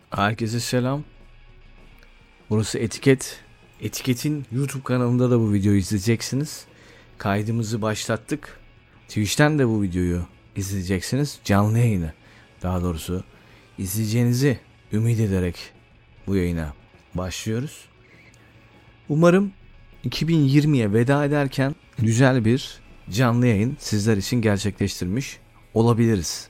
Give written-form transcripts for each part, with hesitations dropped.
Herkese selam. Burası Etiket. Etiket'in YouTube kanalında da bu videoyu izleyeceksiniz. Kaydımızı başlattık. Twitch'ten de bu videoyu izleyeceksiniz. Canlı yayını daha doğrusu izleyeceğinizi ümit ederek bu yayına başlıyoruz. Umarım 2020'ye veda ederken güzel bir canlı yayın sizler için gerçekleştirmiş olabiliriz.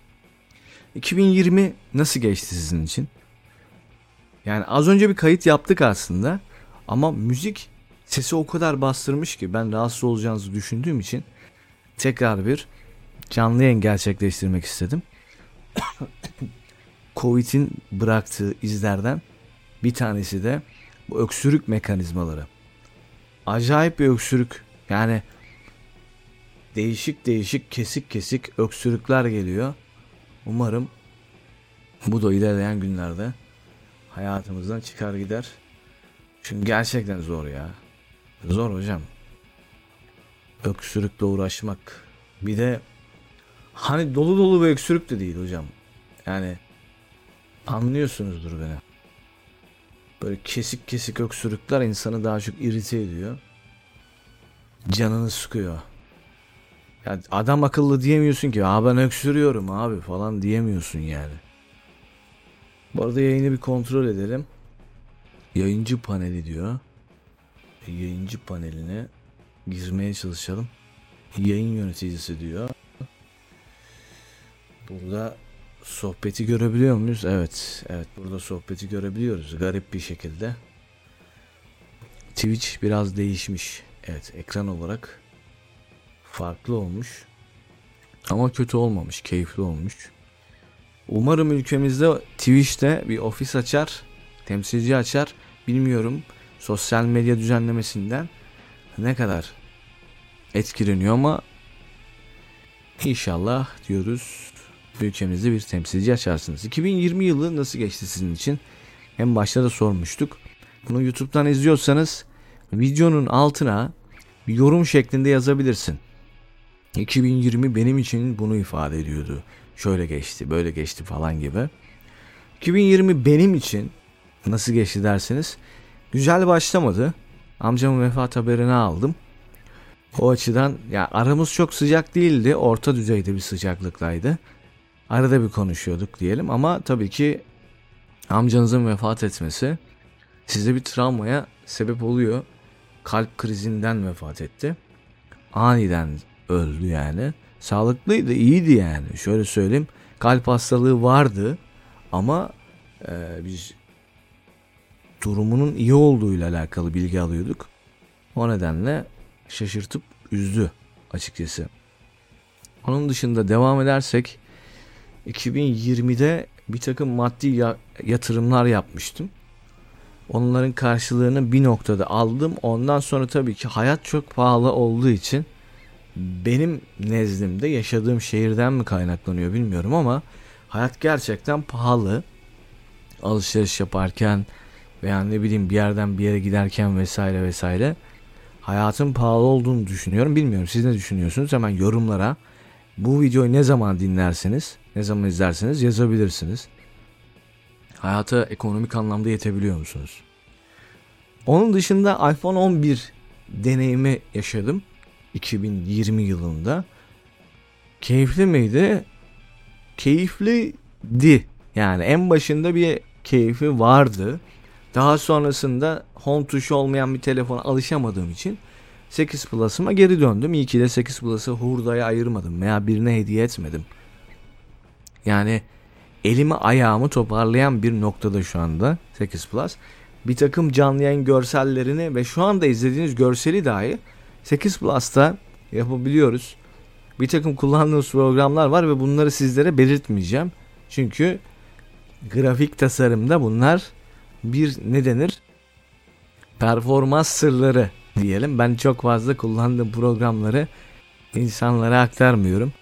2020 nasıl geçti sizin için? Yani az önce bir kayıt yaptık aslında ama müzik sesi o kadar bastırmış ki ben rahatsız olacağınızı düşündüğüm için tekrar bir canlı yayın gerçekleştirmek istedim. Covid'in bıraktığı izlerden bir tanesi de bu öksürük mekanizmaları. Acayip bir öksürük, yani değişik kesik kesik öksürükler geliyor. Umarım bu da ilerleyen günlerde hayatımızdan çıkar gider. Çünkü gerçekten zor ya. Zor hocam. Öksürükle uğraşmak. Bir de hani dolu dolu bir öksürük de değil hocam. Yani anlıyorsunuzdur beni. Böyle kesik kesik öksürükler insanı daha çok irite ediyor. Canını sıkıyor. Ya adam akıllı diyemiyorsun ki ben öksürüyorum abi falan diyemiyorsun yani. Bu arada yayını bir kontrol edelim. Yayıncı paneli diyor. Yayıncı paneline girmeye çalışalım. Yayın yöneticisi diyor. Burada sohbeti görebiliyor muyuz? Evet burada sohbeti görebiliyoruz garip bir şekilde. Twitch biraz değişmiş. Evet, ekran olarak farklı olmuş. Ama kötü olmamış, keyifli olmuş. Umarım ülkemizde Twitch'te bir ofis açar, temsilci açar. Bilmiyorum sosyal medya düzenlemesinden ne kadar etkileniyor ama İnşallah diyoruz ülkemizde bir temsilci açarsınız. 2020 yılı nasıl geçti sizin için? En başta da sormuştuk. Bunu YouTube'dan izliyorsanız videonun altına bir yorum şeklinde yazabilirsin. 2020 benim için bunu ifade ediyordu. Şöyle geçti, böyle geçti falan gibi. 2020 benim için nasıl geçti derseniz güzel başlamadı. Amcamın vefat haberini aldım. O açıdan ya aramız çok sıcak değildi. Orta düzeyde bir sıcaklıktaydı. Arada bir konuşuyorduk diyelim ama tabii ki amcanızın vefat etmesi size bir travmaya sebep oluyor. Kalp krizinden vefat etti. Aniden öldü yani. Sağlıklıydı, iyiydi yani. Şöyle söyleyeyim. Kalp hastalığı vardı ama biz durumunun iyi olduğuyla alakalı bilgi alıyorduk. O nedenle şaşırtıp üzdü açıkçası. Onun dışında devam edersek 2020'de bir takım maddi yatırımlar yapmıştım. Onların karşılığını bir noktada aldım. Ondan sonra tabii ki hayat çok pahalı olduğu için benim nezdimde yaşadığım şehirden mi kaynaklanıyor bilmiyorum ama hayat gerçekten pahalı. Alışveriş yaparken veya ne bileyim bir yerden bir yere giderken vesaire vesaire. Hayatın pahalı olduğunu düşünüyorum. Bilmiyorum siz ne düşünüyorsunuz? Hemen yorumlara bu videoyu ne zaman dinlersiniz, ne zaman izlersiniz yazabilirsiniz. Hayata ekonomik anlamda yetebiliyor musunuz? Onun dışında iPhone 11 deneyimi yaşadım 2020 yılında. Keyifli miydi? Keyifliydi. Yani en başında bir keyfi vardı. Daha sonrasında home tuşu olmayan bir telefona alışamadığım için 8 Plus'ıma geri döndüm. İyi ki de 8 Plus'ı hurdaya ayırmadım veya birine hediye etmedim. Yani elimi ayağımı toparlayan bir noktada şu anda 8 Plus. Bir takım canlı yayın görsellerini ve şu anda izlediğiniz görseli dahi 8 Plus'ta yapabiliyoruz. Bir takım kullandığımız programlar var ve bunları sizlere belirtmeyeceğim. Çünkü grafik tasarımda bunlar bir ne denir? Performans sırları diyelim. Ben çok fazla kullandığım programları insanlara aktarmıyorum.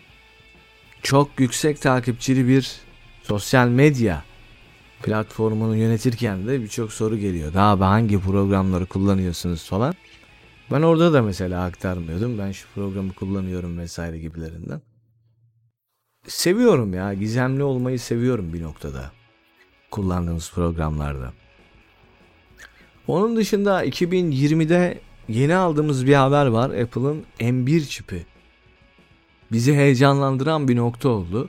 Çok yüksek takipçili bir sosyal medya platformunu yönetirken de birçok soru geliyor. Daha hangi programları kullanıyorsunuz falan. Ben orada da mesela aktarmıyordum. Ben şu programı kullanıyorum vesaire gibilerinden. Seviyorum ya. Gizemli olmayı seviyorum bir noktada. kullandığımız programlarda. Onun dışında 2020'de yeni aldığımız bir haber var. Apple'ın M1 çipi. Bizi heyecanlandıran bir nokta oldu.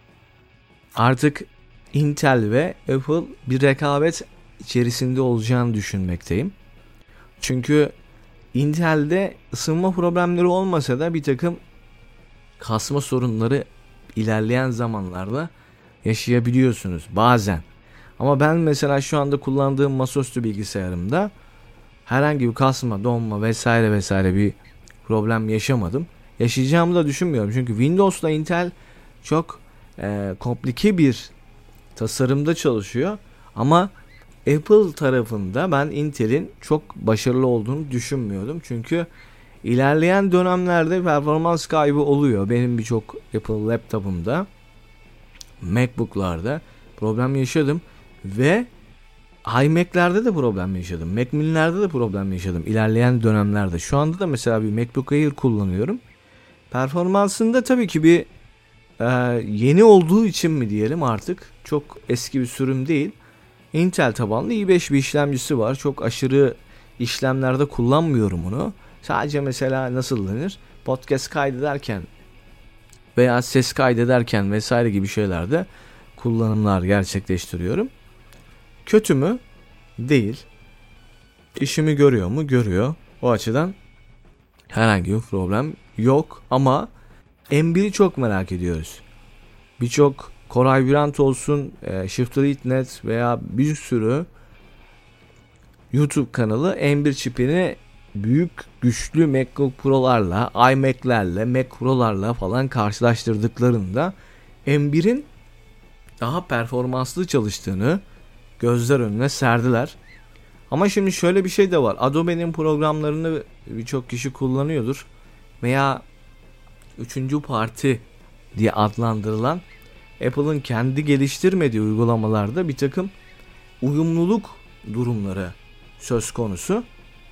Artık Intel ve Apple bir rekabet içerisinde olacağını düşünmekteyim. Çünkü Intel'de ısınma problemleri olmasa da bir takım kasma sorunları ilerleyen zamanlarda yaşayabiliyorsunuz bazen. Ama ben mesela şu anda kullandığım masaüstü bilgisayarımda herhangi bir kasma, donma vesaire bir problem yaşamadım. Yaşayacağımı da düşünmüyorum. Çünkü Windows'la Intel çok komplike bir tasarımda çalışıyor. Ama Apple tarafında ben Intel'in çok başarılı olduğunu düşünmüyordum. Çünkü ilerleyen dönemlerde performans kaybı oluyor. Benim birçok Apple laptopumda, MacBook'larda problem yaşadım ve iMac'lerde de problem yaşadım. Mac Mini'lerde de problem yaşadım ilerleyen dönemlerde. Şu anda da mesela bir MacBook Air kullanıyorum. Performansında tabii ki bir yeni olduğu için mi diyelim, artık çok eski bir sürüm değil. Intel tabanlı i5 bir işlemcisi var. Çok aşırı işlemlerde kullanmıyorum onu. Sadece mesela nasıl denir? Podcast kaydederken veya ses kaydederken vesaire gibi şeylerde kullanımlar gerçekleştiriyorum. Kötü mü? Değil. İşimi görüyor mu? Görüyor. O açıdan herhangi bir problem yok ama M1'i çok merak ediyoruz. Birçok Koray Birant olsun, Shift-Read.net veya bir sürü YouTube kanalı M1 çipini büyük güçlü MacBook Pro'larla, iMac'lerle, Mac Pro'larla falan karşılaştırdıklarında M1'in daha performanslı çalıştığını gözler önüne serdiler. Ama şimdi şöyle bir şey de var. Adobe'nin programlarını birçok kişi kullanıyordur. Veya üçüncü parti diye adlandırılan Apple'ın kendi geliştirmediği uygulamalarda bir takım uyumluluk durumları söz konusu.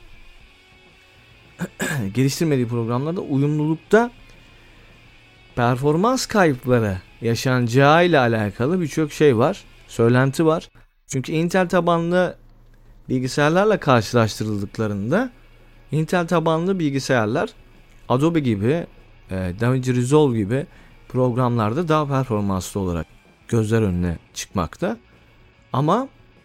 Geliştirmediği programlarda uyumlulukta performans kayıpları yaşanacağı ile alakalı birçok şey var. Söylenti var. Çünkü Intel tabanlı bilgisayarlarla karşılaştırıldıklarında Intel tabanlı bilgisayarlar Adobe gibi, DaVinci Resolve gibi programlarda daha performanslı olarak gözler önüne çıkmakta. Ama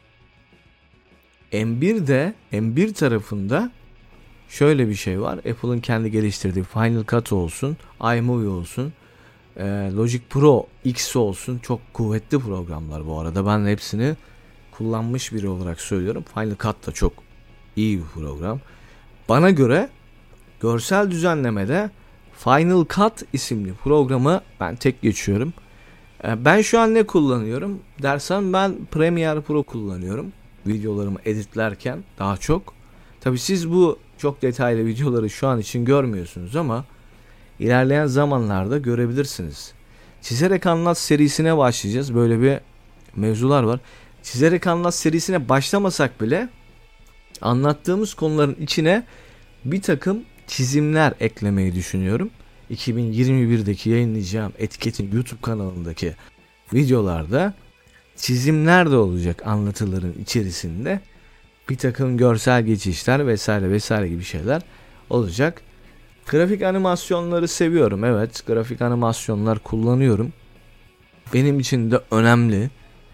M1 tarafında şöyle bir şey var. Apple'ın kendi geliştirdiği Final Cut olsun, iMovie olsun, Logic Pro X olsun, çok kuvvetli programlar bu arada. Ben hepsini kullanmış biri olarak söylüyorum. Final Cut da çok iyi bir program. Bana göre görsel düzenlemede Final Cut isimli programı ben tek geçiyorum. Ben şu an ne kullanıyorum dersen, ben Premiere Pro kullanıyorum. Videolarımı editlerken daha çok. Tabii siz bu çok detaylı videoları şu an için görmüyorsunuz ama ilerleyen zamanlarda görebilirsiniz. Çizerek Anlat serisine başlayacağız. Böyle bir mevzular var. Çizerek Anlat serisine başlamasak bile anlattığımız konuların içine bir takım çizimler eklemeyi düşünüyorum. 2021'deki yayınlayacağım Etiket'in YouTube kanalındaki videolarda çizimler de olacak, anlatıların içerisinde. Bir takım görsel geçişler vesaire gibi şeyler olacak. Grafik animasyonları seviyorum. Evet, grafik animasyonlar kullanıyorum. Benim için de önemli.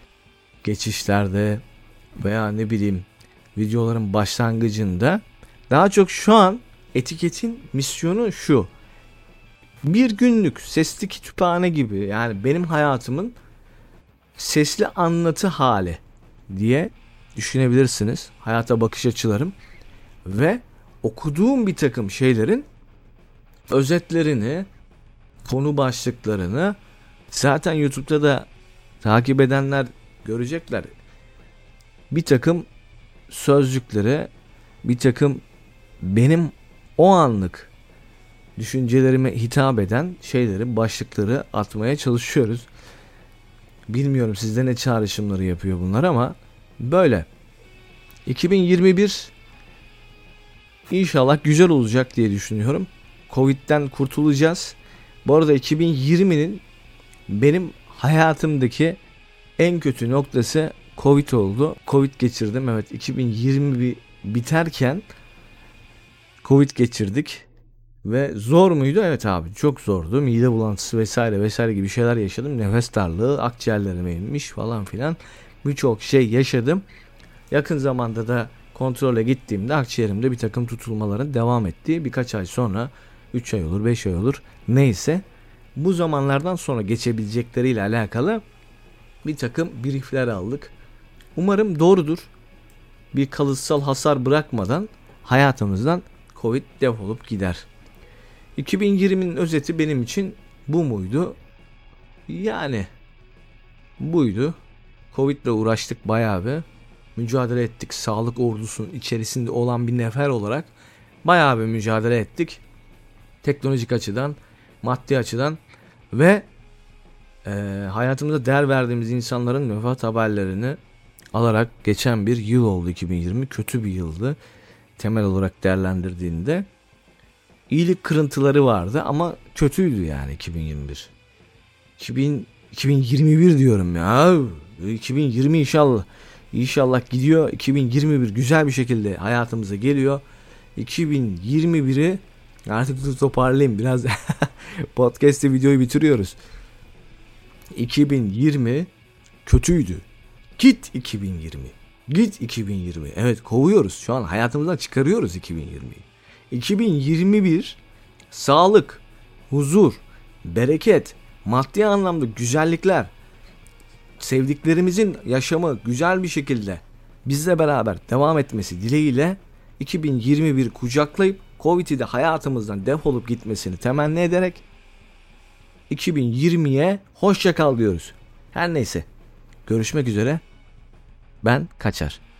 Geçişlerde veya ne bileyim videoların başlangıcında. Daha çok şu an Etiket'in misyonu şu: bir günlük sesli kütüphane gibi, yani benim hayatımın sesli anlatı hali diye düşünebilirsiniz. Hayata bakış açılarım ve okuduğum bir takım şeylerin özetlerini, konu başlıklarını zaten YouTube'da da takip edenler görecekler. Bir takım sözcükleri, bir takım benim o anlık düşüncelerime hitap eden şeyleri, başlıkları atmaya çalışıyoruz. Bilmiyorum sizde ne çağrışımları yapıyor bunlar ama böyle. 2021 inşallah güzel olacak diye düşünüyorum. Covid'den kurtulacağız. Bu arada 2020'nin benim hayatımdaki en kötü noktası Covid oldu. Covid geçirdim. Evet, 2020 biterken Covid geçirdik. Ve zor muydu? Evet abi, çok zordu. Mide bulantısı vesaire vesaire gibi şeyler yaşadım. Nefes darlığı, akciğerlerime inmiş falan filan. Birçok şey yaşadım. Yakın zamanda da kontrole gittiğimde akciğerimde bir takım tutulmaların devam ettiği, birkaç ay sonra, 3 ay olur 5 ay olur neyse, bu zamanlardan sonra geçebilecekleriyle alakalı bir takım briefler aldık. Umarım doğrudur. Bir kalıtsal hasar bırakmadan hayatımızdan Covid defolup gider. 2020'nin özeti benim için bu muydu? Yani buydu. Covid'le uğraştık, bayağı bir mücadele ettik. Sağlık ordusunun içerisinde olan bir nefer olarak bayağı bir mücadele ettik. Teknolojik açıdan, maddi açıdan ve hayatımızda değer verdiğimiz insanların vefat haberlerini alarak geçen bir yıl oldu 2020. Kötü bir yıldı temel olarak değerlendirdiğinde. İyilik kırıntıları vardı ama kötüydü yani 2021. 2021 diyorum ya. 2020 inşallah. İnşallah gidiyor. 2021 güzel bir şekilde hayatımıza geliyor. 2021'i artık toparlayayım biraz. Podcast'te videoyu bitiriyoruz. 2020 kötüydü. Git 2020. Git 2020. Evet, kovuyoruz. Şu an hayatımızdan çıkarıyoruz 2020'yi. 2021 sağlık, huzur, bereket, maddi anlamda güzellikler, sevdiklerimizin yaşamı güzel bir şekilde bizle beraber devam etmesi dileğiyle 2021 kucaklayıp Covid'i de hayatımızdan defolup gitmesini temenni ederek 2020'ye hoşça kal diyoruz. Her neyse, görüşmek üzere. Ben kaçar.